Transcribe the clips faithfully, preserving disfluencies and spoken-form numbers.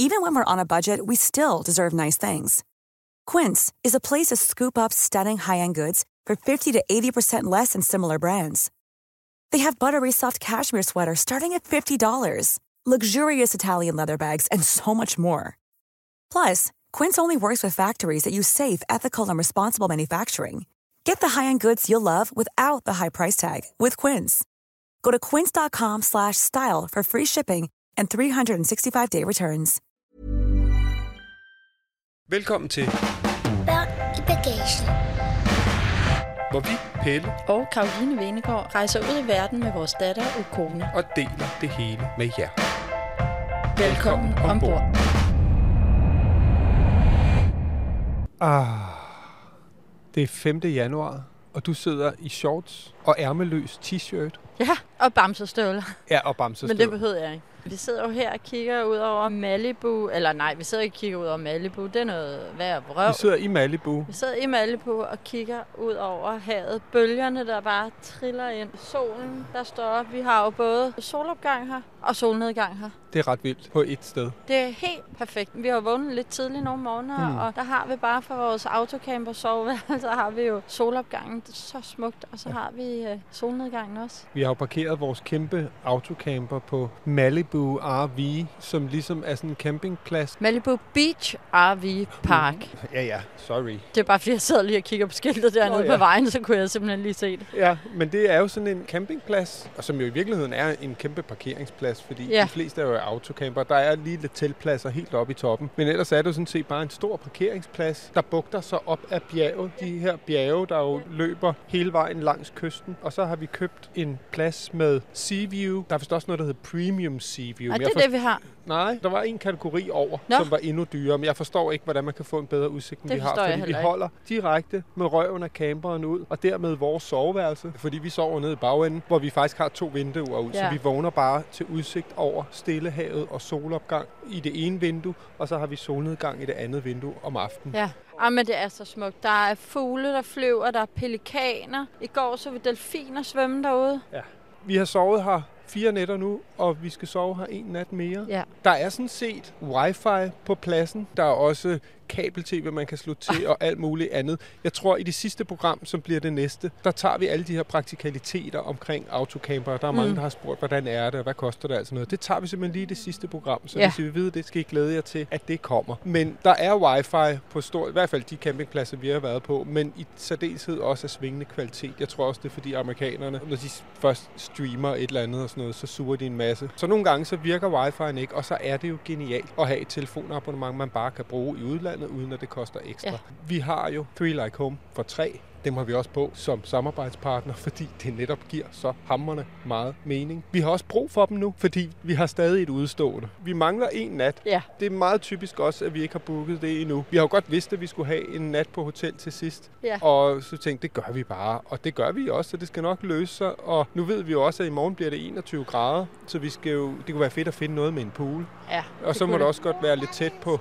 Even when we're on a budget, we still deserve nice things. Quince is a place to scoop up stunning high-end goods for fifty to eighty percent less than similar brands. They have buttery soft cashmere sweaters starting at fifty dollars, luxurious Italian leather bags, and so much more. Plus, Quince only works with factories that use safe, ethical, and responsible manufacturing. Get the high-end goods you'll love without the high price tag with Quince. Go to quince.com slash style for free shipping and three sixty-five day returns. Velkommen til Børn i bagagen. Hvor vi, Pelle og Caroline Venegård rejser ud i verden med vores datter Ukone og deler det hele med jer. Velkommen, Velkommen ombord. Ah, det er femte januar, og du sidder i shorts og ærmeløs t-shirt. Ja, og bamsestøvler. Ja, og bamsestøvler. Men det behøver jeg ikke. Vi sidder jo her og kigger ud over Malibu. Eller nej, vi sidder ikke og kigger ud over Malibu. Det er noget værd vrøv. Vi sidder i Malibu. Vi sidder i Malibu og kigger ud over havet. Bølgerne, der bare triller ind. Solen, der står op. Vi har jo både solopgang her og solnedgang her. Det er ret vildt på et sted. Det er helt perfekt. Vi har vågnet lidt tidligt nogle måneder, hmm. og der har vi bare for vores autocamper soveværelse, har vi jo solopgangen. Det er så smukt, og så ja. har vi uh, solnedgangen også. Vi har jo parkeret vores kæmpe autocamper på Malibu R V, som ligesom er sådan en campingplads. Malibu Beach R V Park. Mm. Ja, ja. Sorry. Det er bare fordi, jeg sidder lige og kigger på skiltet dernede oh, ja. på vejen, så kunne jeg simpelthen lige se det. Ja, men det er jo sådan en campingplads, og som jo i virkeligheden er en kæmpe parkeringsplads, fordi ja. de fleste er jo autocamper. Der er lige lidt teltpladser helt oppe i toppen. Men ellers er det jo sådan set bare en stor parkeringsplads, der bugter sig op af bjerget. De her bjerge, der jo løber hele vejen langs kysten. Og så har vi købt en plads med Sea View. Der er vist også noget, der hedder Premium Sea View. Er det det, vi har? Nej, der var en kategori over, Nå. som var endnu dyrere. Men jeg forstår ikke, hvordan man kan få en bedre udsigt, end det vi har. Fordi vi holder direkte med røven af camperen ud, og dermed vores soveværelse. Fordi vi sover nede i bagenden, hvor vi faktisk har to vinduer ud. Ja. Så vi vågner bare til udsigt over Stillehavet og solopgang i det ene vindue, og så har vi solnedgang i det andet vindue om aftenen. Ja. Ah, men det er så smukt. Der er fugle, der flyver, der er pelikaner. I går så vi delfiner svømme derude. Ja. Vi har sovet her fire nætter nu, og vi skal sove her en nat mere. Ja. Der er sådan set wifi på pladsen. Der er også kabel-tv, man kan slå til, og alt muligt andet. Jeg tror, i det sidste program, som bliver det næste, der tager vi alle de her praktikaliteter omkring autocamper. Der er mange, mm. der har spurgt, hvordan er det, og hvad koster det, altså noget. Det tager vi simpelthen lige i det sidste program, så ja. hvis I vil vide det, skal I glæde jer til, at det kommer. Men der er wifi på stor, i hvert fald de campingpladser, vi har været på, men i særdeleshed også af svingende kvalitet. Jeg tror også, det er fordi amerikanerne, når de først streamer et eller andet og sådan noget, så suger de en masse. Så nogle gange så virker wifi'en ikke, og så er det jo genialt at have et telefonabonnement, man bare kan bruge i udlandet, uden at det koster ekstra. Ja. Vi har jo Three Like Home for tre. Dem har vi også på som samarbejdspartner, fordi det netop giver så hamrende meget mening. Vi har også brug for dem nu, fordi vi har stadig et udstående. Vi mangler en nat. Ja. Det er meget typisk også, at vi ikke har booket det endnu. Vi har jo godt vidst, at vi skulle have en nat på hotel til sidst. Ja. Og så tænkte det gør vi bare. Og det gør vi også, så det skal nok løse sig. Og nu ved vi jo også, at i morgen bliver det enogtyve grader, så vi skal jo, det kunne være fedt at finde noget med en pool. Ja, og så må det også godt være lidt tæt på.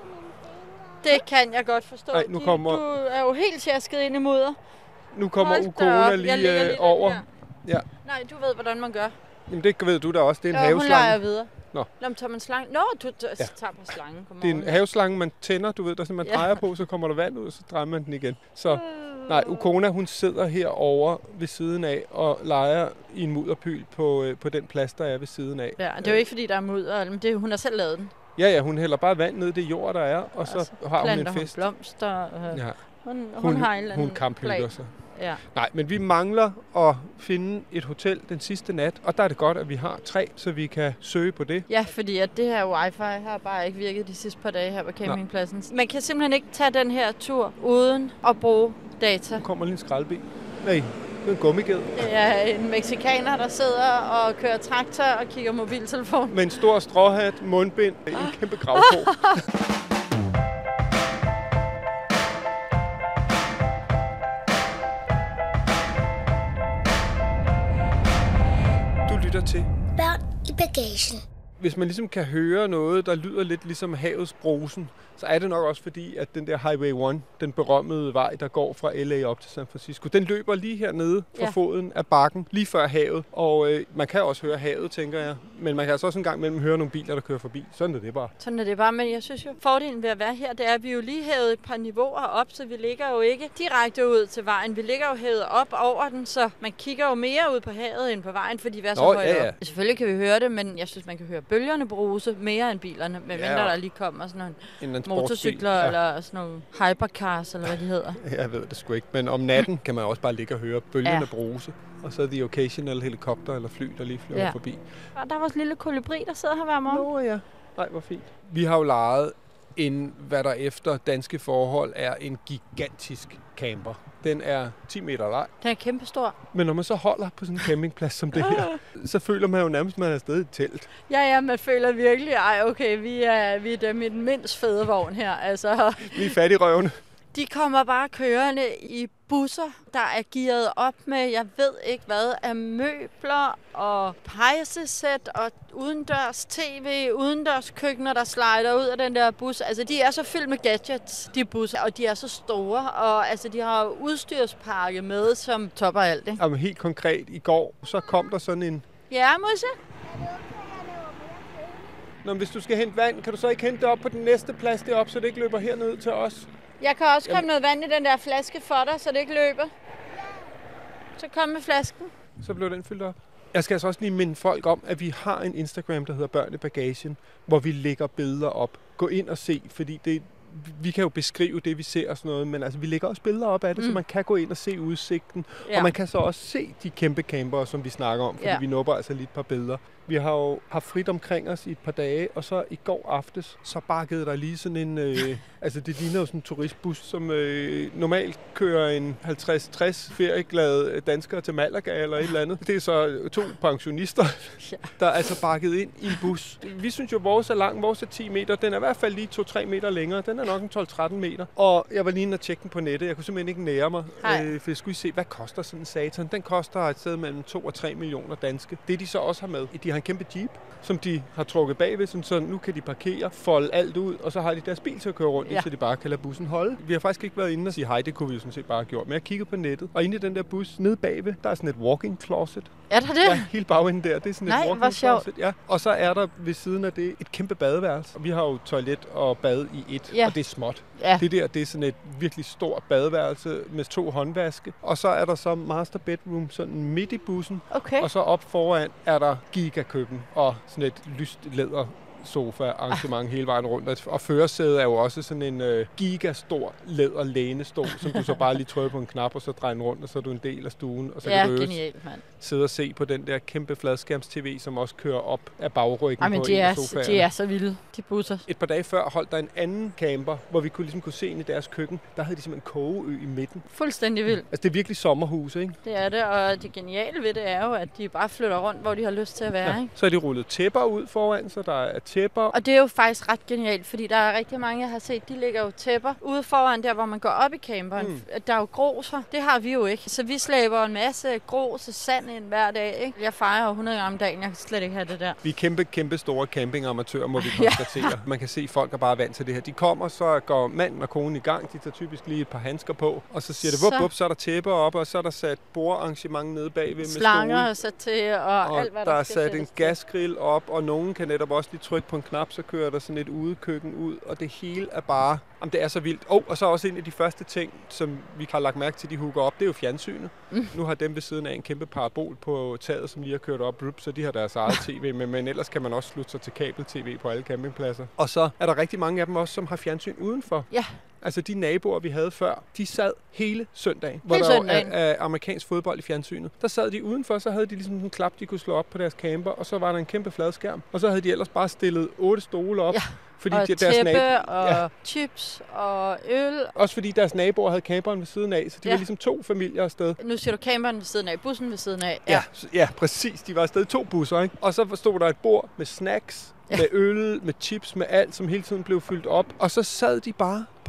Det kan jeg godt forstå. Ej, nu kommer... Du er jo helt sjasket ind i mudder. Nu kommer Ukona lige, lige over. Ja. Nej, du ved, hvordan man gør. Jamen, det ved du da også. Det er en ja, haveslange. Hun leger videre. Nå. Nå, men tager man slange? Nå, du, du ja. tager på slangen. Det er en haveslange, man tænder, du ved, der man ja. drejer på, så kommer der vand ud, og så drejer man den igen. Så, nej, Ukona, hun sidder herovre ved siden af og leger i en mudderpyl på, på den plads, der er ved siden af. Ja, det er jo ikke, fordi der er mudder, men det, hun har selv lavet den. Ja, ja, hun hælder bare vand ned i det jord, der er, og ja, så, så har hun en fest. Hun blomster. Øh, ja. hun, hun, hun har en eller anden Hun kamphygger sig. Ja. Nej, men vi mangler at finde et hotel den sidste nat, og der er det godt, at vi har tre, så vi kan søge på det. Ja, fordi at det her wifi har bare ikke virket de sidste par dage her på campingpladsen. Nå. Man kan simpelthen ikke tage den her tur uden at bruge data. Nu kommer lige en skraldbil. Nej, det er en gummiged. Det er en meksikaner, der sidder og kører traktor og kigger mobiltelefon. Med en stor stråhat, mundbind, en kæmpe gravko. Til Børn i bagagen. hvis man ligesom kan høre noget, der lyder lidt ligesom havets brusen, så er det nok også fordi, at den der Highway et, den berømmede vej, der går fra L A op til San Francisco, den løber lige hernede fra ja. foden af bakken, lige før havet. Og øh, man kan også høre havet, tænker jeg. Men man kan altså også en gang imellem høre nogle biler, der kører forbi. Sådan er det bare. Sådan er det bare, men jeg synes jo, fordelen ved at være her, det er, at vi jo lige hævet et par niveauer op, så vi ligger jo ikke direkte ud til vejen. Vi ligger jo hævet op over den, så man kigger jo mere ud på havet end på vejen, fordi vi er så Nå, højt ja, ja. op. Selvfølgelig kan vi høre det, men jeg synes, man kan høre bølgerne bruse mere end bilerne, medmindre ja, der lige kommer sådan nogle en motorcykler ja. eller sådan nogle hypercars, eller hvad de hedder. Jeg ved det sgu ikke, men om natten kan man også bare ligge og høre bølgerne ja. bruse. Og så the occasional helikopter eller fly, der lige flyver ja. forbi. Og der var også en lille kolibri, der sidder her hver morgen. Nå ja, nej, hvor fint. Vi har jo lejet en, hvad der efter danske forhold er en gigantisk camper. Den er ti meter lang. Den er kæmpestor. Men når man så holder på sådan en campingplads som det her, så føler man jo nærmest, at man er afsted i et telt. Ja, ja, man føler virkelig, ej okay, vi er, vi er dem i den mindst fede vogn her. Altså. Vi er fattigrøvne. De kommer bare kørende i busser, der er gearet op med, jeg ved ikke hvad, af møbler og pejsesæt og udendørs tv, udendørs køkkener, der slider ud af den der bus. Altså, de er så fyldt med gadgets, de busser, og de er så store, og altså, de har udstyrspakke med, som topper alt, ikke? Jamen, helt konkret, i går, så kom der sådan en... Ja, Musse? Nå, hvis du skal hente vand, kan du så ikke hente det op på den næste plads deroppe, så det ikke løber herned til os? Jeg kan også komme noget vand i den der flaske for dig, så det ikke løber. Så kom med flasken. Så blev den fyldt op. Jeg skal altså også lige minde folk om, at vi har en Instagram, der hedder Børn i Bagagen, hvor vi lægger billeder op. Gå ind og se, fordi det, vi kan jo beskrive det, vi ser og sådan noget, men altså, vi lægger også billeder op af det, mm. så man kan gå ind og se udsigten. Ja. Og man kan så også se de kæmpe campere, som vi snakker om, fordi ja. vi nupper altså lige et par billeder. Vi har jo haft frit omkring os i et par dage, og så i går aftes, så bakkede der lige sådan en... Øh, altså, det ligner jo sådan en turistbus, som øh, normalt kører en halvtreds tres ferieglade danskere til Malaga eller et eller andet. Det er så to pensionister, der er altså bakket ind i en bus. Vi synes jo, at vores er lang, vores er ti meter. Den er i hvert fald lige to tre meter længere. Den er nok en tolv tretten meter. Og jeg var lige inde og tjekke den på nettet. Jeg kunne simpelthen ikke nære mig, øh, for jeg skulle se, hvad koster sådan en satan. Den koster et sted mellem to og tre millioner danske. Det de så også har med, de har en kæmpe jeep, som de har trukket bagved, så nu kan de parkere, folde alt ud, og så har de deres bil til at køre rundt, ja. så de bare kan lade bussen holde. Vi har faktisk ikke været inde og sige hej, det kunne vi jo sådan set bare have gjort. Men jeg kiggede på nettet, og inde i den der bus, nede bagved, der er sådan et walk-in closet. Er der det? Ja, helt bagenden der. Det er sådan Nej, et walk-in closet. Ja. Og så er der ved siden af det et kæmpe badeværelse. Og vi har jo toilet og bad i et, ja. og det er småt. Ja. Det der, det er sådan et virkelig stort badeværelse med to håndvaske. Og så er der så master bedroom sådan midt i bussen. Okay. Og så op foran er der gigakøkken og sådan et lyst læder sofa arrangement ah. hele vejen rundt. Og førersædet er jo også sådan en øh, gigastor læder lænestol, som du så bare lige trykker på en knap, og så drejer den rundt, og så er du en del af stuen. Og så ja, kan du genialt, mand. sidde og se på den der kæmpe fladskærms-tv, som også kører op af bagryggen. Ej, men på de en er, af sofaerne. de er så vilde, de busser. Et par dage før holdt der en anden camper, hvor vi kunne, ligesom kunne se ind i deres køkken. Der havde de simpelthen en kogeø i midten. Fuldstændig vildt. Altså, det er virkelig sommerhus, ikke? Det er det, og det geniale ved det er jo, at de bare flytter rundt, hvor de har lyst til at være, ja. ikke? Så er de rullet tæpper ud foran, så der er tæpper. Og det er jo faktisk ret genialt, fordi der er rigtig mange, jeg har set, de lægger jo tæpper ude foran der, hvor man går op i camperen. Mm. Der er jo grus her. Det har vi jo ikke. Så vi slæber en masse grus og sand ind hver dag, ikke? Jeg fejrer jo hundrede gange om dagen. Jeg kan slet ikke have det der. Vi er kæmpe, kæmpe store campingamatører, må vi konstatere. Ja. Man kan se, at folk er bare vant til det her. De kommer, så går manden og konen i gang. De tager typisk lige et par handsker på, og så siger det, vup, vup, så er der tæpper op, og så er der sat bordarrangement nede bagved med stole. Slanger er sat til, og, og alt, hvad der, der er sat en gasgrill op, og nogen kan netop også lige trykke på en knap, så kører der sådan et udekøkken ud, og det hele er bare... Jamen, det er så vildt. Oh, og så også en af de første ting, som vi har lagt mærke til, de hooker op, det er jo fjernsynet. Mm. Nu har dem ved siden af en kæmpe parabol på taget, som lige har kørt op, så de har deres eget tv, men, men ellers kan man også slutte sig til kabel-tv på alle campingpladser. Og så er der rigtig mange af dem også, som har fjernsyn udenfor. Ja. Altså de naboer, vi havde før, de sad hele søndagen, hvor der er, er amerikansk fodbold i fjernsynet. Der sad de udenfor, så havde de ligesom en klap, de kunne slå op på deres camper, og så var der en kæmpe fladskærm. Og så havde de ellers bare stillet otte stole op. Ja. Fordi og de, deres tæppe nabo- og ja. chips og øl. Også fordi deres naboer havde camperen ved siden af, så de ja. var ligesom to familier afsted. Nu siger du camperen ved siden af, bussen ved siden af. Ja, ja, ja præcis. De var afsted to busser, ikke? Og så stod der et bord med snacks, ja. med øl, med chips, med alt, som hele tiden blev fyldt op. Og så sad de bare på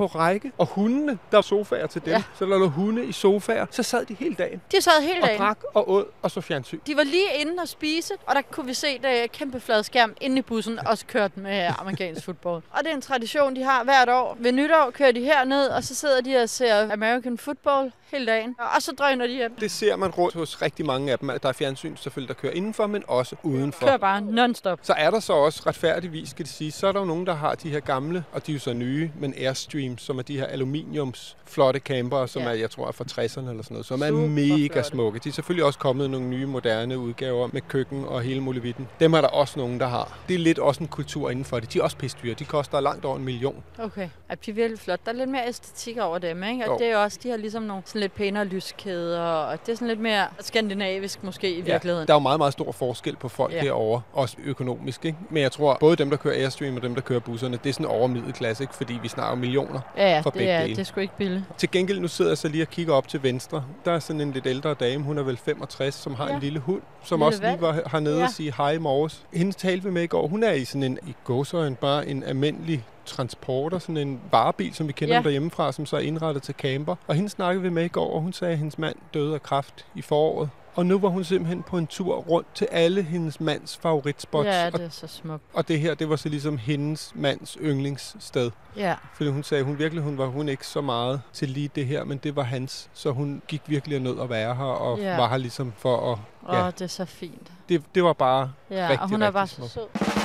på række, og hundene, der var sofaer til dem, ja. Så der lå hunde i sofaer, så sad de hele dagen. De sad hele dagen. Og drak og åd og så fjernsyn. De var lige inde og spise, og der kunne vi se det kæmpe fladskærm inde i bussen, og så kørte med amerikansk fodbold. Og det er en tradition, de har hvert år. Ved nytår kører de herned, og så sidder de og ser American football hele dagen, og så drøner de hjem. Det ser man rundt hos rigtig mange af dem. Der er fjernsyn selvfølgelig, der kører indenfor, men også udenfor. Kører bare non-stop. Så er der så også retfærdigvis, skal det sige, så er der jo nogen, der har de her gamle, og de er jo så nye, men Airstreams, som er de her aluminiums flotte camper, som ja. er, jeg tror, er fra tresserne eller sådan noget, som Super er mega flotte. Smukke. De er selvfølgelig også kommet nogle nye, moderne udgaver med køkken og hele muligheden. Dem er der også nogen, der har. Det er lidt også en kultur inden for det. De er også pissdyre. De koster langt over en million. Okay. Ja, de er virkelig flot. Der er lidt mere æstetik over dem, ikke? Og jo. Det er også, de har ligesom nogle sådan lidt pænere lyskæder, og det er sådan lidt mere skandinavisk måske i virkeligheden. Ja, der er jo meget, meget stor forskel på folk ja. Herovre, også økonomisk, ikke? Men jeg tror, både dem, der kører Airstream og dem, der kører busserne, det er sådan over middelklasse, ikke? Fordi vi snakker millioner ja, ja, for det begge er, dele. det er sgu ikke billigt. Til gengæld, nu sidder jeg så lige og kigger op til venstre. Der er sådan en lidt ældre dame, hun er vel femogtres, som har ja. En lille hund, som lille også lige var hernede ja. Og sige hej i morges. Hendes talte vi med i går. Hun er i sådan en, i gåseøjne, bare en almindelig transporter, sådan en varebil, som vi kender ja. Derhjemmefra, som så er indrettet til camper. Og hende snakkede vi med i går, og hun sagde, at hendes mand døde af kræft i foråret. Og nu var hun simpelthen på en tur rundt til alle hendes mands favoritspots. Ja, det er så smukt. Og det her, det var så ligesom hendes mands yndlingssted. Ja. Fordi hun sagde, hun virkelig, hun var hun ikke så meget til lige det her, men det var hans. Så hun gik virkelig nød at være her, og ja. Var her ligesom for at... Åh, ja. Det er så fint. Det, det var bare ja, rigtig, og hun er bare smuk. Så sød.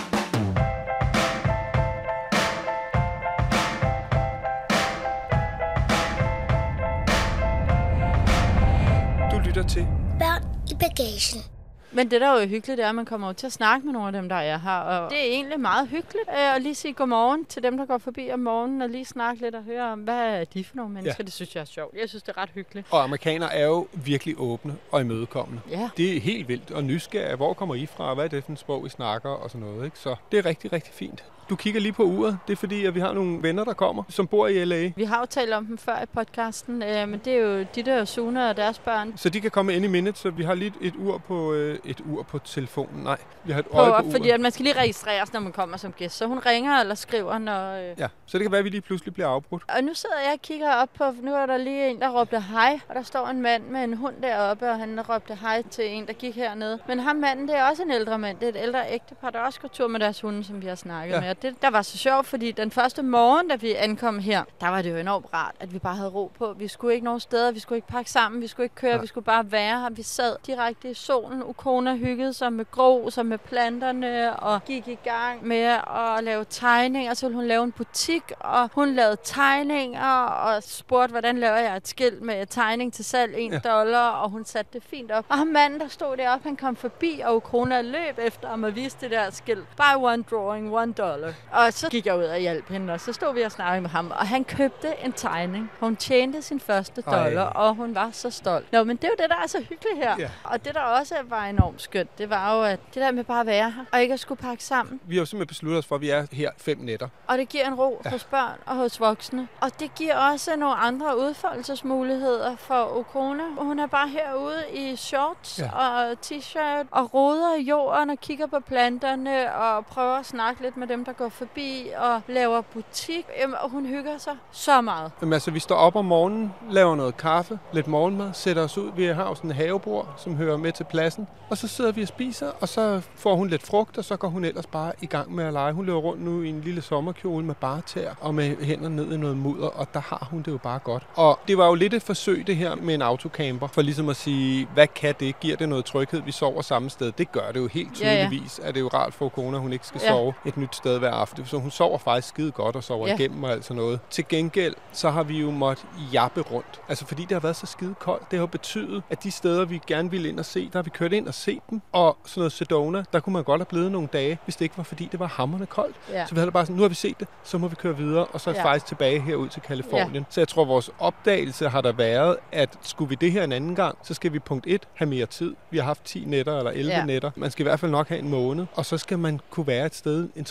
Til. Børn i bagagen. Men det, der er jo hyggeligt, det er, at man kommer til at snakke med nogle af dem, der er her. Og det er egentlig meget hyggeligt at lige sige godmorgen til dem, der går forbi om morgenen, og lige snakke lidt og høre om, hvad er de for nogle mennesker. Ja. Det synes jeg er sjovt. Jeg synes, det er ret hyggeligt. Og amerikanere er jo virkelig åbne og imødekommende. Ja. Det er helt vildt. Og nysgerrige, hvor kommer I fra? Hvad er det for en sprog, I snakker? Og sådan noget, ikke? Så det er rigtig, rigtig fint. Du kigger lige på uret. Det er fordi, at vi har nogle venner, der kommer, som bor i L A. Vi har jo talt om dem før i podcasten, øh, men det er jo de der Sune og deres børn. Så de kan komme ind i mindet, så vi har lige et ur på, øh, et ur på telefonen. Nej, vi har et på, øje på uret. Fordi at man skal lige registreres, når man kommer som gæst. Så hun ringer eller skriver, når... Øh... Ja, så det kan være, at vi lige pludselig bliver afbrudt. Og nu sidder jeg og kigger op på... Nu er der lige en, der råbte hej, og der står en mand med en hund deroppe, og han råbte hej til en, der gik hernede. Men ham manden, det er også en ældre mand. Det er et ældre ægtepar, der også går tur med deres hunde, som vi har snakket ja. Med. Og det, der var så sjovt, fordi den første morgen, da vi ankom her, der var det jo enormt rart, at vi bare havde ro på. Vi skulle ikke nogen steder, vi skulle ikke pakke sammen, vi skulle ikke køre, ja. Vi skulle bare være her. Vi sad direkte i solen. Ukona hyggede sig med grus og med planterne og gik i gang med at lave tegninger. Så ville hun lave en butik, og hun lavede tegninger og spurgte, hvordan laver jeg et skilt med tegning til salg, en ja. Dollar, og hun satte det fint op. Og ham manden, der stod deroppe, han kom forbi, og Ukona løb efter ham og viste det der skilt. Buy one drawing, one dollar. Og så gik jeg ud og hjalp hende, og så stod vi og snakkede med ham, og han købte en tegning. Hun tjente sin første dollar, Ej. Og hun var så stolt. Nå, men det er jo det, der er så hyggeligt her. Yeah. Og det, der også var enormt skønt, det var jo, at det der med bare at være her, og ikke at skulle pakke sammen. Vi har jo simpelthen besluttet os for, at vi er her fem nætter. Og det giver en ro ja. Hos børn og hos voksne. Og det giver også nogle andre udfoldelsesmuligheder for Ukona. Hun er bare herude i shorts ja. Og t-shirt, og roder i jorden og kigger på planterne, og prøver at snakke lidt med dem, der går forbi, og laver butik, og hun hygger sig så meget. Jamen altså, vi står op om morgenen, laver noget kaffe, lidt morgenmad, sætter os ud. Vi har jo sådan en havebord, som hører med til pladsen. Og så sidder vi og spiser, og så får hun lidt frugt, og så går hun ellers bare i gang med at lege. Hun løber rundt nu i en lille sommerkjole med bare tæer og med hænderne ned i noget mudder, og der har hun det jo bare godt. Og det var jo lidt et forsøg, det her med en autocamper, for ligesom at sige, hvad kan det? Giver det noget tryghed? Vi sover samme sted. Det gør det jo helt tydeligvis. Ja, ja. Er det jo rart for Ukona, hun ikke skal ja. Sove et nyt sted hver aften. Så hun sover faktisk skide godt og sover ja. Igennem og alt sådan noget. Til gengæld, så har vi jo måttet jappe rundt. Altså fordi det har været så skide koldt. Det har betydet, at de steder, vi gerne ville ind og se, der har vi kørt ind og set dem. Og sådan noget Sedona, der kunne man godt have blevet nogle dage, hvis det ikke var fordi, det var hamrende koldt. Ja. Så vi havde bare sådan, nu har vi set det, så må vi køre videre, og så er ja. Faktisk tilbage herud til Californien. Ja. Så jeg tror, vores opdagelse har der været, at skulle vi det her en anden gang, så skal vi punkt et have mere tid. Vi har haft ti nætter eller elleve ja. Nætter. Man skal i hvert fald nok have en måned, og så skal man kunne være et sted en tre fire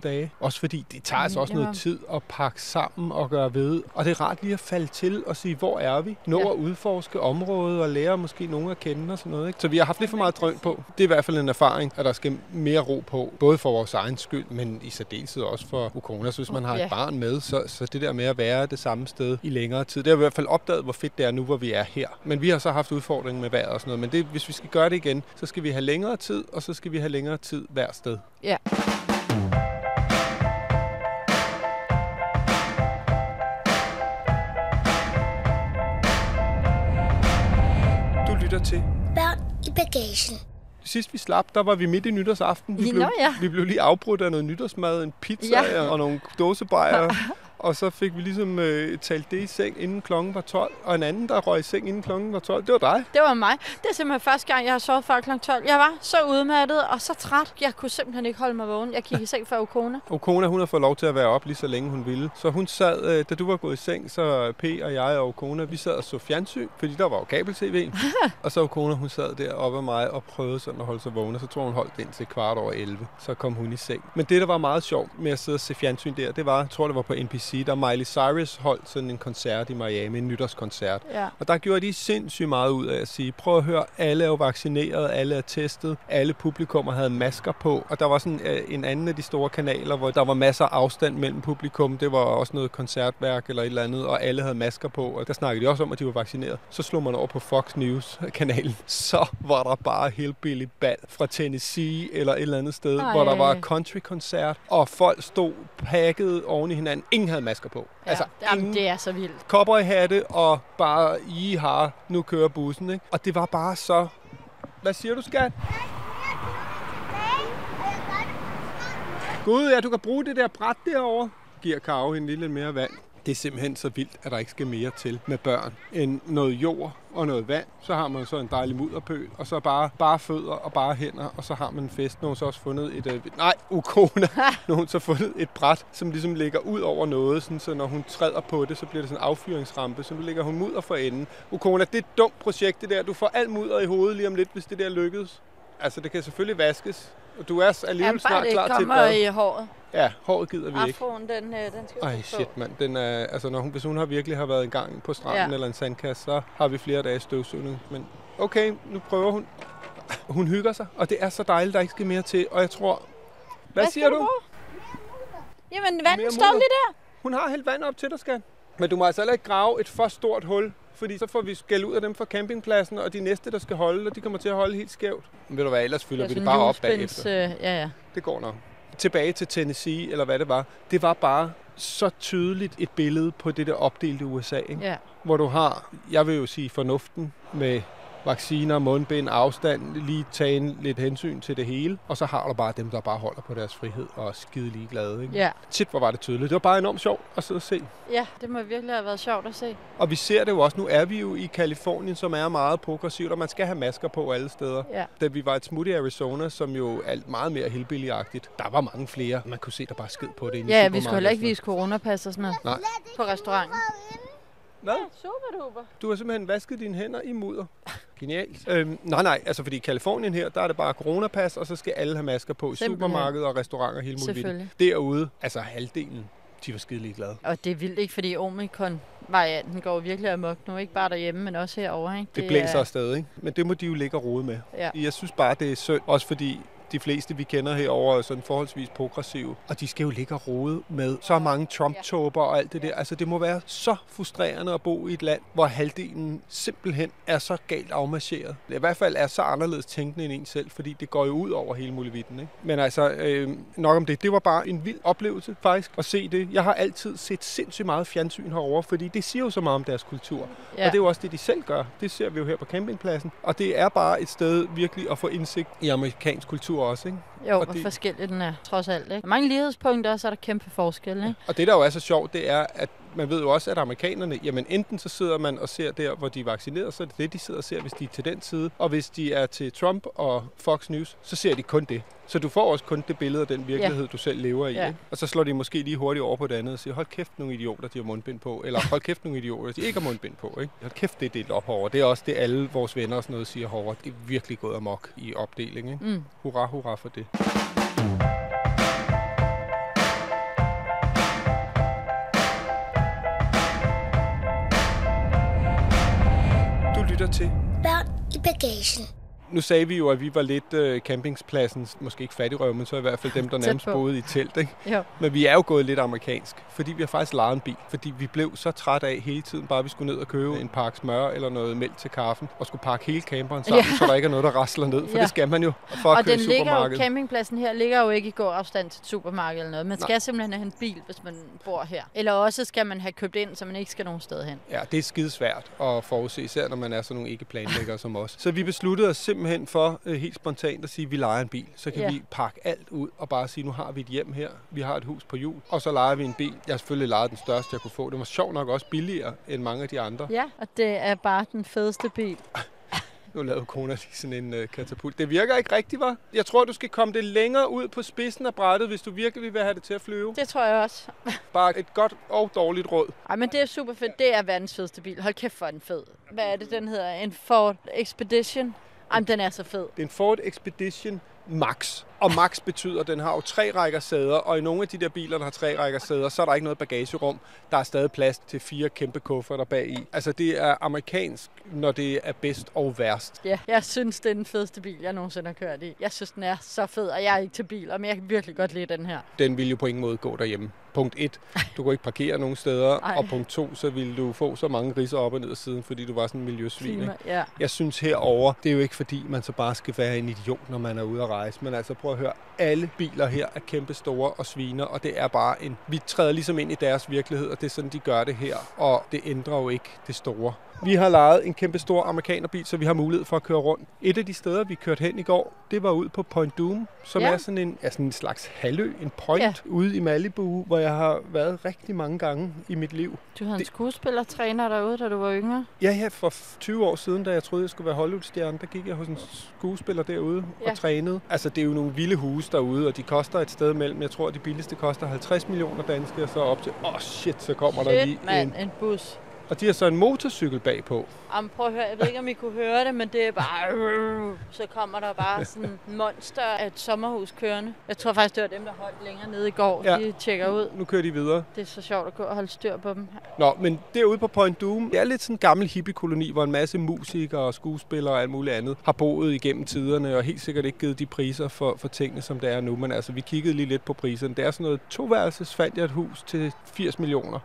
dage. Også fordi det tager altså også noget tid at pakke sammen og gøre ved. Og det er rart lige at falde til og sige, hvor er vi? Nå ja. At udforske området og lære måske nogen at kende og sådan noget. Ikke? Så vi har haft lidt for meget drøm på. Det er i hvert fald en erfaring, at der skal mere ro på. Både for vores egen skyld, men i særdeleshed også for Ukonas. Hvis man har ja. et barn med, så, så det der med at være det samme sted i længere tid. Det har vi i hvert fald opdaget, hvor fedt det er nu, hvor vi er her. Men vi har så haft udfordringen med vejret og sådan noget. Men det, hvis vi skal gøre det igen, så skal vi have længere tid, og så skal vi have længere tid hver sted. Ja. Du lytter til Børn i bagagen. Sidst vi slap, der var vi midt i nytårsaften. Vi, Nå, blev, ja. vi blev lige afbrudt af noget nytårsmad, en pizza ja. og nogle dåsebajer. Og så fik vi ligesom øh, talt det i seng, inden klokken var tolv. Og en anden, der røg i seng, inden klokken var tolv, det var dig. Det var mig. Det er simpelthen første gang, jeg har sovet før klokken tolv. Jeg var så udmattet og så træt. Jeg kunne simpelthen ikke holde mig vågen. Jeg gik i seng for Ukona. Ukona, hun har fået lov til at være op lige så længe hun ville. Så hun sad, øh, da du var gået i seng, så P og jeg og Ukona, vi sad og så fjernsyn, fordi der var jo kabel-tv. Og så Ukona, hun sad der oppe af mig og prøvede sådan at holde sig vågen. Og så tror hun holdt ind til kvart over elleve. Så kom hun i seng. Men det, der var meget sjovt med at sidde og se fjernsyn der, det var, jeg tror det var på N B C, der Miley Cyrus holdt sådan en koncert i Miami, en nytårskoncert. Ja. Og der gjorde de sindssygt meget ud af at sige, prøv at høre, alle er jo vaccineret, alle er testet, alle publikummer havde masker på, og der var sådan øh, en anden af de store kanaler, hvor der var masser af afstand mellem publikum, det var også noget koncertværk eller et eller andet, og alle havde masker på, og der snakkede de også om, at de var vaccineret. Så slog man over på Fox News-kanalen, så var der bare hillbilly bal fra Tennessee eller et eller andet sted, Ej. hvor der var country-koncert, og folk stod pakket oven i hinanden. Ingen havde masker på. Ja. Altså, Jamen, det er så vildt. Cowboyhatte og bare, I har, nu kører bussen, ikke? Og det var bare så... Hvad siger du, skat? Gud, ja, du kan bruge det der bræt derovre. Giver Karo en lille mere vand. Det er simpelthen så vildt, at der ikke skal mere til med børn end noget jord og noget vand. Så har man så en dejlig mudderpøl, og så bare, bare fødder og bare hænder, og så har man en fest. Nu har hun så også fundet et... Øh, nej, Ukona! Nu har hun så fundet et bræt, som ligesom ligger ud over noget, sådan, så når hun træder på det, så bliver det sådan en affyringsrampe, så nu ligger hun mudder for enden. Ukona, det er et dumt projekt, det der. Du får alt mudder i hovedet lige om lidt, hvis det der lykkes. Altså, det kan selvfølgelig vaskes. Og du er alligevel snart klar til et bad. I håret. Ja, håret gider vi ikke. Afroen, den, den skal Ej, shit, mand. Den er, altså, når hun, hvis hun har virkelig har været en gang på stranden ja. eller en sandkasse, så har vi flere dage støvsugning. Men okay, nu prøver hun. Hun hygger sig, og det er så dejligt, der ikke skal mere til. Og jeg tror... Hvad, Hvad siger du? du? Jamen, vandet står lige der. Hun har hældt vand op til dig, skat. Men du må altså heller ikke grave et for stort hul, fordi så får vi skæld ud af dem fra campingpladsen, og de næste, der skal holde, de kommer til at holde helt skævt. Men ved du hvad, ellers fylder vi det bare op bagefter. Øh, ja, ja. Det går nok. Tilbage til Tennessee, eller hvad det var. Det var bare så tydeligt et billede på det der opdelte U S A, ikke? Ja. Hvor du har, jeg vil jo sige fornuften med vacciner, mundbind, afstand, lige tage en, lidt hensyn til det hele. Og så har du bare dem, der bare holder på deres frihed og er skide ligeglade, ikke? Ja. Tit, hvor var det tydeligt. Det var bare enormt sjovt at sidde og se. Ja, det må virkelig have været sjovt at se. Og vi ser det jo også. Nu er vi jo i Californien, som er meget progressivt, og man skal have masker på alle steder. Ja. Da vi var et smut i Arizona, som jo er meget mere hillbilly-agtigt, der var mange flere. Man kunne se, der bare sked på det inde i Ja, vi skulle heller ikke vise coronapas og sådan noget. Nej. På restauranten. Hvad? Ja, super duper. Du har simpelthen vasket dine hænder i mudder. Genialt. Øhm, nej, nej, altså fordi i Californien her, der er det bare coronapas, og så skal alle have masker på i supermarkeder og restauranter hele muligheden. Derude, altså halvdelen, de var skide ligeglade. Og det er vildt ikke, fordi Omicron-varianten går virkelig amok nu, ikke bare derhjemme, men også herovre, ikke? Det, det blæser er... afsted, ikke? Men det må de jo ligge og rode med. Ja. Jeg synes bare, det er synd, også fordi de fleste, vi kender herovre, er sådan forholdsvis progressive. Og de skal jo ligge og rode med så mange Trump-tåber og alt det der. Altså, det må være så frustrerende at bo i et land, hvor halvdelen simpelthen er så galt afmarcheret. Det i hvert fald er så anderledes tænkende end en selv, fordi det går jo ud over hele muligheden, ikke? Men altså, øh, nok om det. Det var bare en vild oplevelse, faktisk, at se det. Jeg har altid set sindssygt meget fjernsyn herovre, fordi det siger jo så meget om deres kultur. Ja. Og det er jo også det, de selv gør. Det ser vi jo her på campingpladsen. Og det er bare et sted virkelig at få indsigt i amerikansk kultur også, ikke? Jo, og hvor det... forskellig den er, trods alt, ikke? Mange lighedspunkter, og så er der kæmpe forskel, ikke? Og det, der jo er så sjovt, det er, at man ved jo også, at amerikanerne, jamen enten så sidder man og ser der, hvor de er vaccineret, så er det det, de sidder og ser, hvis de er til den side. Og hvis de er til Trump og Fox News, så ser de kun det. Så du får også kun det billede af den virkelighed, ja. du selv lever i. Ja. Ikke? Og så slår de måske lige hurtigt over på det andet og siger, hold kæft nogle idioter, de har mundbind på. Eller hold kæft nogle idioter, de ikke har mundbind på. Ikke? Hold kæft, det er delt op herovre. Det er også det, alle vores venner og sådan noget siger herovre. Det er virkelig gået amok i opdeling. Ikke? Mm. Hurra, hurra for det. lytter til Børn i bagagen. Nu sagde vi jo, at vi var lidt øh, campingspladsens, måske ikke fattigrøv, men så i hvert fald dem, der nærmest boede i telt, ikke? Jo. Men vi er jo gået lidt amerikansk, fordi vi har faktisk lejet en bil. Fordi vi blev så træt af hele tiden, bare vi skulle ned og købe en pakke smør eller noget mælk til kaffen, og skulle pakke hele camperen sammen, ja. Så der ikke er noget, der rasler ned, for ja. Det skal man jo for at og køre den ligger jo, campingpladsen her ligger jo ikke i god afstand til et supermarked eller noget. Man skal Nej. simpelthen have en bil, hvis man bor her. Eller også skal man have købt ind, så man ikke skal nogen sted hen. Ja, det er skidesvært at forudse, især når man er sådan nogle ikke-planlæggere som os. Så vi besluttede os simpelthen for øh, helt spontant at sige, at vi lejer en bil. Så kan ja. vi pakke alt ud og bare sige, nu har vi et hjem her, vi har et hus på hjul, og så lejer vi en bil. Jeg har selvfølgelig lejet den største, jeg kunne få. Det var sjovt nok også billigere end mange af de andre. Ja, og det er bare den fedeste bil. Nu lavede kona lige sådan en uh, katapult. Det virker ikke rigtigt, hva'? Jeg tror, du skal komme det længere ud på spidsen af brættet, hvis du virkelig vil have det til at flyve. Det tror jeg også. Bare et godt og dårligt råd. Ej, men det er super fedt. Det er verdens fedeste bil. Hold kæft for den fed. Hvad er det, den hedder? En Ford Expedition? Jamen, den er så fed. Det er en Ford Expedition Max. Og Max betyder, at den har jo tre rækker sæder, og i nogle af de der biler, der har tre rækker sæder, så er der ikke noget bagagerum. Der er stadig plads til fire kæmpe kufferter bag i. Altså, det er amerikansk, når det er bedst og værst. Ja, jeg synes, det er den fedeste bil, jeg nogensinde har kørt i. Jeg synes, den er så fed, og jeg er ikke til biler, men jeg kan virkelig godt lide den her. Den vil jo på ingen måde gå derhjemme. Punkt et, du kan ikke parkere nogen steder, Ej. og punkt to, så vil du få så mange ridser op og ned ad siden, fordi du var sådan en miljøsvin. Ikke? Ja. Jeg synes herover, det er jo ikke fordi, man så bare skal være en idiot, når man er ude at rejse, men altså prøv at høre, alle biler her er kæmpe store og sviner, og det er bare en, vi træder ligesom ind i deres virkelighed, og det er sådan, de gør det her, og det ændrer jo ikke det store. Vi har lejet en kæmpe stor amerikanerbil, så vi har mulighed for at køre rundt. Et af de steder, vi kørte hen i går, det var ud på Point Dume, som ja. er sådan en, ja, sådan en slags halvø, en point ja. ude i Malibu, hvor jeg har været rigtig mange gange i mit liv. Du havde en skuespillertræner derude, da du var yngre? Ja, ja, for tyve år siden, da jeg troede, jeg skulle være Hollywood-stjerne, der gik jeg hos en skuespiller derude ja. og trænede. Altså, det er jo nogle vilde huse derude, og de koster et sted mellem, jeg tror, de billigste koster halvtreds millioner danske, og så op til, åh oh, shit, så kommer shit, der lige man, en... en bus. Og de har så en motorcykel bagpå. Jamen, prøv at høre, jeg ved ikke, om I kunne høre det, men det er bare... Så kommer der bare sådan en monster af et sommerhus kørende. Jeg tror faktisk, det var dem, der holdt længere nede i går. Ja. De tjekker ud. Nu kører de videre. Det er så sjovt at gå og holde styr på dem. Nå, men derude på Point Dume, det er lidt sådan en gammel hippie-koloni, hvor en masse musikere og skuespillere og alt muligt andet har boet igennem tiderne, og helt sikkert ikke givet de priser for, for tingene, som det er nu. Men altså, vi kiggede lige lidt på priserne. Det er sådan noget toværelses, fandt jeg et hus til firs millioner.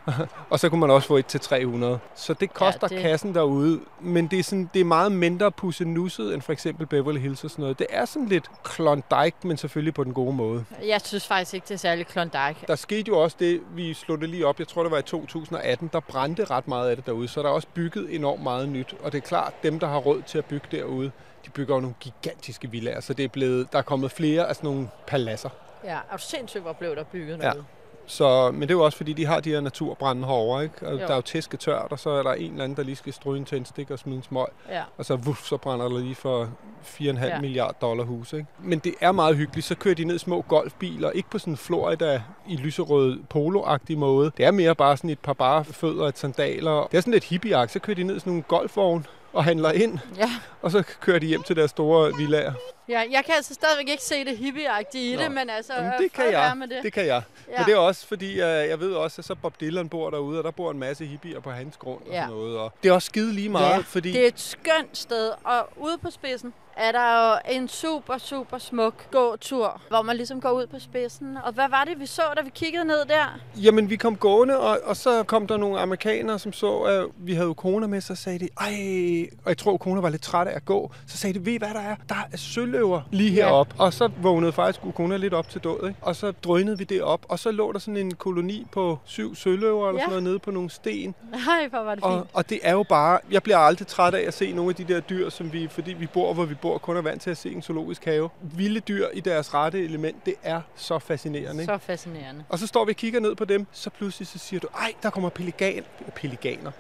Og så kunne man også få et til tre hundrede. Så det koster ja, det... kassen derude, men det er, sådan, det er meget mindre pussenusset end for eksempel Beverly Hills og sådan noget. Det er sådan lidt Klondike, men selvfølgelig på den gode måde. Jeg synes faktisk ikke, det er særlig Klondike. Der skete jo også det, vi slog det lige op, jeg tror det var i to tusind atten, der brændte ret meget af det derude, så der er også bygget enormt meget nyt. Og det er klart, dem der har råd til at bygge derude, de bygger jo nogle gigantiske villaer, så det er blevet, der er kommet flere af sådan nogle paladser. Ja, er du sindssygt, hvor blev der bygget ja. derude? Så, men det er jo også, fordi de har de her naturbrænde herovre, ikke? Og jo. Der er jo tæsketørt, og så er der en eller anden, der lige skal stryge en tændstik og smide en smøg. Ja. Og så, wuff, så brænder der lige for fire komma fem ja. milliard dollar hus, ikke? Men det er meget hyggeligt. Så kører de ned i små golfbiler, ikke på sådan en Florida i lyserød polo-agtig måde. Det er mere bare sådan et par bare fødder og et sandaler. Det er sådan lidt hippie-agtigt. Så kører de ned i sådan nogle golfvogn og handler ind, ja. og så kører de hjem til deres store villaer. Ja, jeg kan altså stadigvæk ikke se det hippie-agtige i Nå. det, men altså... Jamen, det kan jeg. Med det. det kan jeg. Ja. Men det er også, fordi uh, jeg ved også, at så Bob Dylan bor derude, og der bor en masse hippier på hans grund ja. og sådan noget. Og det er også skide lige meget, ja, fordi... det er et skønt sted, og ude på spidsen er der jo en super, super smuk gåtur, hvor man ligesom går ud på spidsen. Og hvad var det, vi så, da vi kiggede ned der? Jamen, vi kom gående, og, og så kom der nogle amerikanere, som så, at vi havde Kona med, så sagde de, ej, og jeg tror, Kona var lidt træt af at gå. Så sagde de, ved I, hvad der er? Der er søløver lige heroppe. Ja. Og så vågnede faktisk Kona lidt op til død, ikke? Og så drønede vi det op, og så lå der sådan en koloni på syv søløver, eller ja. sådan noget, nede på nogle sten. Nej, hvor var det fint. Og, og det er jo bare, jeg bliver aldrig træt af at se nogle af de der dyr, som vi, fordi vi bor, hvor vi bor, kun er vant til at se en zoologisk have. Vilde dyr i deres rette element, det er så fascinerende. Ikke? Så fascinerende. Og så står vi og kigger ned på dem, så pludselig så siger du, ej, der kommer pelikan. Peliganer.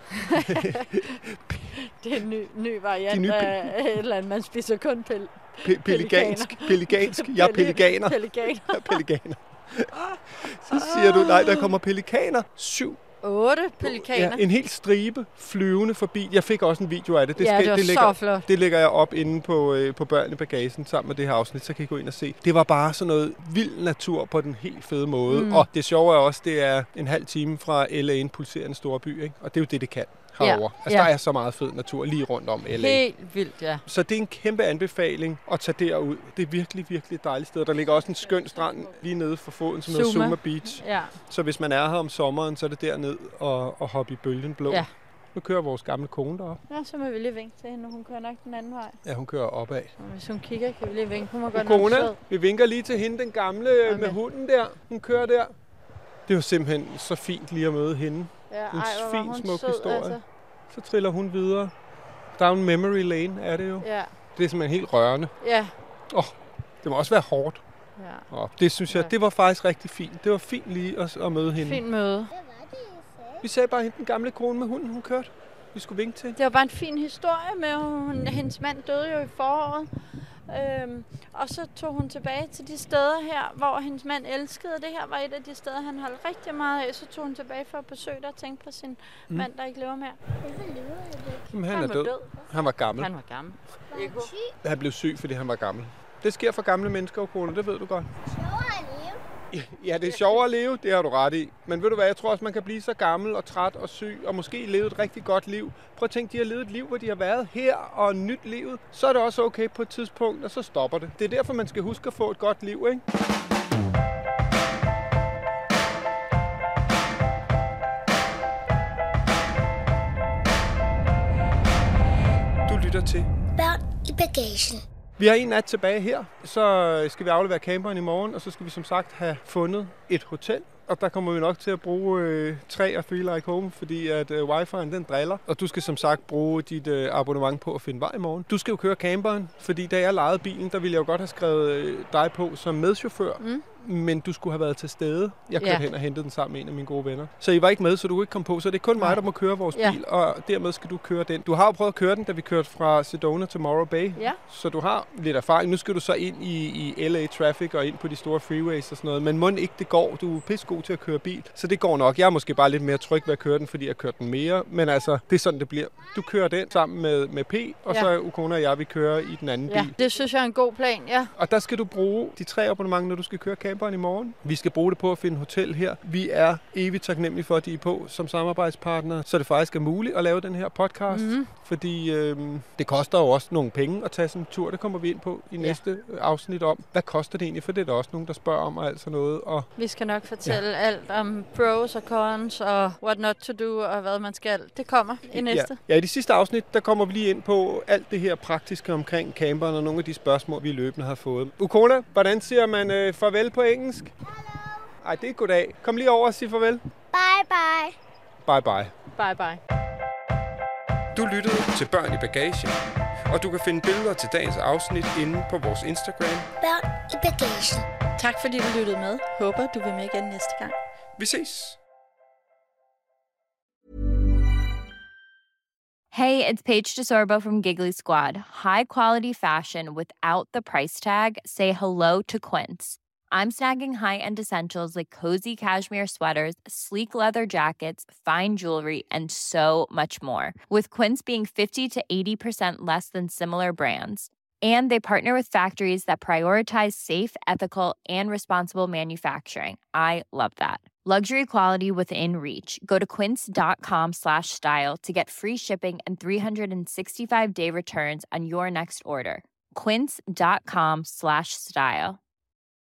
Det er en ny, ny variant nye af et eller andet, man spiser kun pel- Pe- peligansk. Peligansk. Jeg er peliganer. Pelikaner. Jeg er pelikaner. Så siger du, nej, der kommer pelikaner. Syv. Otte pelikaner. Ja, en hel stribe flyvende forbi. Jeg fik også en video af det. Det, ja, skal, det var det lægger, så flot. Det lægger jeg op inde på, øh, på Børn i bagagen sammen med det her afsnit, så kan I gå ind og se. Det var bare sådan noget vild natur på den helt fede måde. Mm. Og det sjove er også, det er en halv time fra L A, en pulserende storby, ikke? Og det er jo det, det kan. herovre. Ja, Altså, ja. der er så meget fed natur lige rundt om L A. Helt vildt, ja. Så det er en kæmpe anbefaling at tage derud. Det er virkelig, virkelig et dejligt sted. Der ligger også en skøn strand lige nede for foden, som hedder Zuma. Zuma Beach. Ja. Så hvis man er her om sommeren, så er det derned og, og hoppe i bølgen blå. Ja. Nu kører vores gamle kone derop. Ja, så må vi lige vinke til hende. Hun kører nok den anden vej. Ja, hun kører opad. Og hvis hun kigger, kan vi lige vinke. Hun må godt nok Kone, sød. vi vinker lige til hende, den gamle Okay. med hunden der. Hun kører der. Det er jo simpelthen så fint lige at møde hende. Ja, ej, En hvor var fin, hun smuk sød, historie. altså. Så triller hun videre. Down memory lane er det jo. Ja, Det er simpelthen helt rørende. ja, Det må også være hårdt. ja. Og det synes jeg, Ja. det var faktisk rigtig fint. Det var fint lige at, at møde hende. Fint møde. Vi sagde bare, at den gamle kone med hunden, hun kørte. Vi skulle vinke til. Det var bare en fin historie med, hun, hendes mand døde jo i foråret. Øhm, og så tog hun tilbage til de steder her, hvor hendes mand elskede. Det her var et af de steder, han holdt rigtig meget af. Så tog hun tilbage for at besøge dig og tænke på sin mm. mand, der ikke lever mere. Jamen, han, Han er var død. død. Han var gammel. Han var gammel. Ego. Han blev syg, fordi han var gammel. Det sker for gamle mennesker, Kone, det ved du godt. Ja, det er sjovere at leve, det har du ret i. Men ved du hvad, jeg tror også, man kan blive så gammel og træt og syg, og måske leve et rigtig godt liv. Prøv at tænke, de har levet et liv, hvor de har været her og nyt livet. Så er det også okay på et tidspunkt, og så stopper det. Det er derfor, man skal huske at få et godt liv, ikke? Du lytter til Børn i bagagen. Vi har en nat tilbage her, så skal vi aflevere camperen i morgen, og så skal vi som sagt have fundet et hotel. Og der kommer vi nok til at bruge øh, tre og Feel Like Home, fordi at øh, wifi'en den driller. Og du skal som sagt bruge dit øh, abonnement på at finde vej i morgen. Du skal jo køre camperen, fordi da jeg lejede bilen, der ville jeg jo godt have skrevet øh, dig på som medchauffør. Mm. Men du skulle have været til stede. Jeg kørte Ja. hen og hentede den sammen med en af mine gode venner. Så I var ikke med, så du kunne ikke komme på. Så det er kun mig, der må køre vores Ja. bil, og dermed skal du køre den. Du har jo prøvet at køre den, da vi kørte fra Sedona til Morro Bay. Ja. Så du har lidt erfaring. Nu skal du så ind i, i L A traffic og ind på de store freeways og sådan noget. Men må ikke det går. Du er pissegod til at køre bil. Så det går nok. Jeg er måske bare lidt mere tryg ved at køre den, fordi jeg kører den mere. Men altså, det er sådan, det bliver. Du kører den sammen med, med P, og Ja. så Ukona og jeg, vi kører i den anden Ja, bil. det synes jeg er en god plan, ja. Og der skal du bruge de tre abonnementer, når du skal køre camperen i morgen. Vi skal bruge det på at finde hotel her. Vi er evigt taknemmelige for, at de er på som samarbejdspartner, så det faktisk er muligt at lave den her podcast. Mm-hmm. Fordi øhm, det koster jo også nogle penge at tage sådan en tur. Det kommer vi ind på i Ja. næste afsnit om. Hvad koster det egentlig? For det er der også nogen, der spørger om og alt sådan noget. Og Vi skal nok fortælle ja. alt om pros og cons og what not to do og hvad man skal. Det kommer i næste. Ja. ja, i de sidste afsnit, der kommer vi lige ind på alt det her praktiske omkring camperen og nogle af de spørgsmål, vi løbende har fået. Ukona, hvordan siger man øh, farvel på engelsk? Ej, det er goddag. Kom lige over og sig farvel. Bye bye. Bye bye. Bye bye. Du lyttede til Børn i bagagen, og du kan finde billeder til dagens afsnit inde på vores Instagram. Børn i bagagen. Tak fordi du lyttede med. Håber du vil med igen næste gang. Vi ses! Hey, it's Paige DeSorbo from Giggly Squad. High quality fashion without the price tag. Say hello to Quince. I'm snagging high-end essentials like cozy cashmere sweaters, sleek leather jackets, fine jewelry, and so much more. With Quince being fifty to eighty percent less than similar brands. And they partner with factories that prioritize safe, ethical, and responsible manufacturing. I love that. Luxury quality within reach. Go to quince.com slash style to get free shipping and three sixty-five day returns on your next order. Quince.com slash style.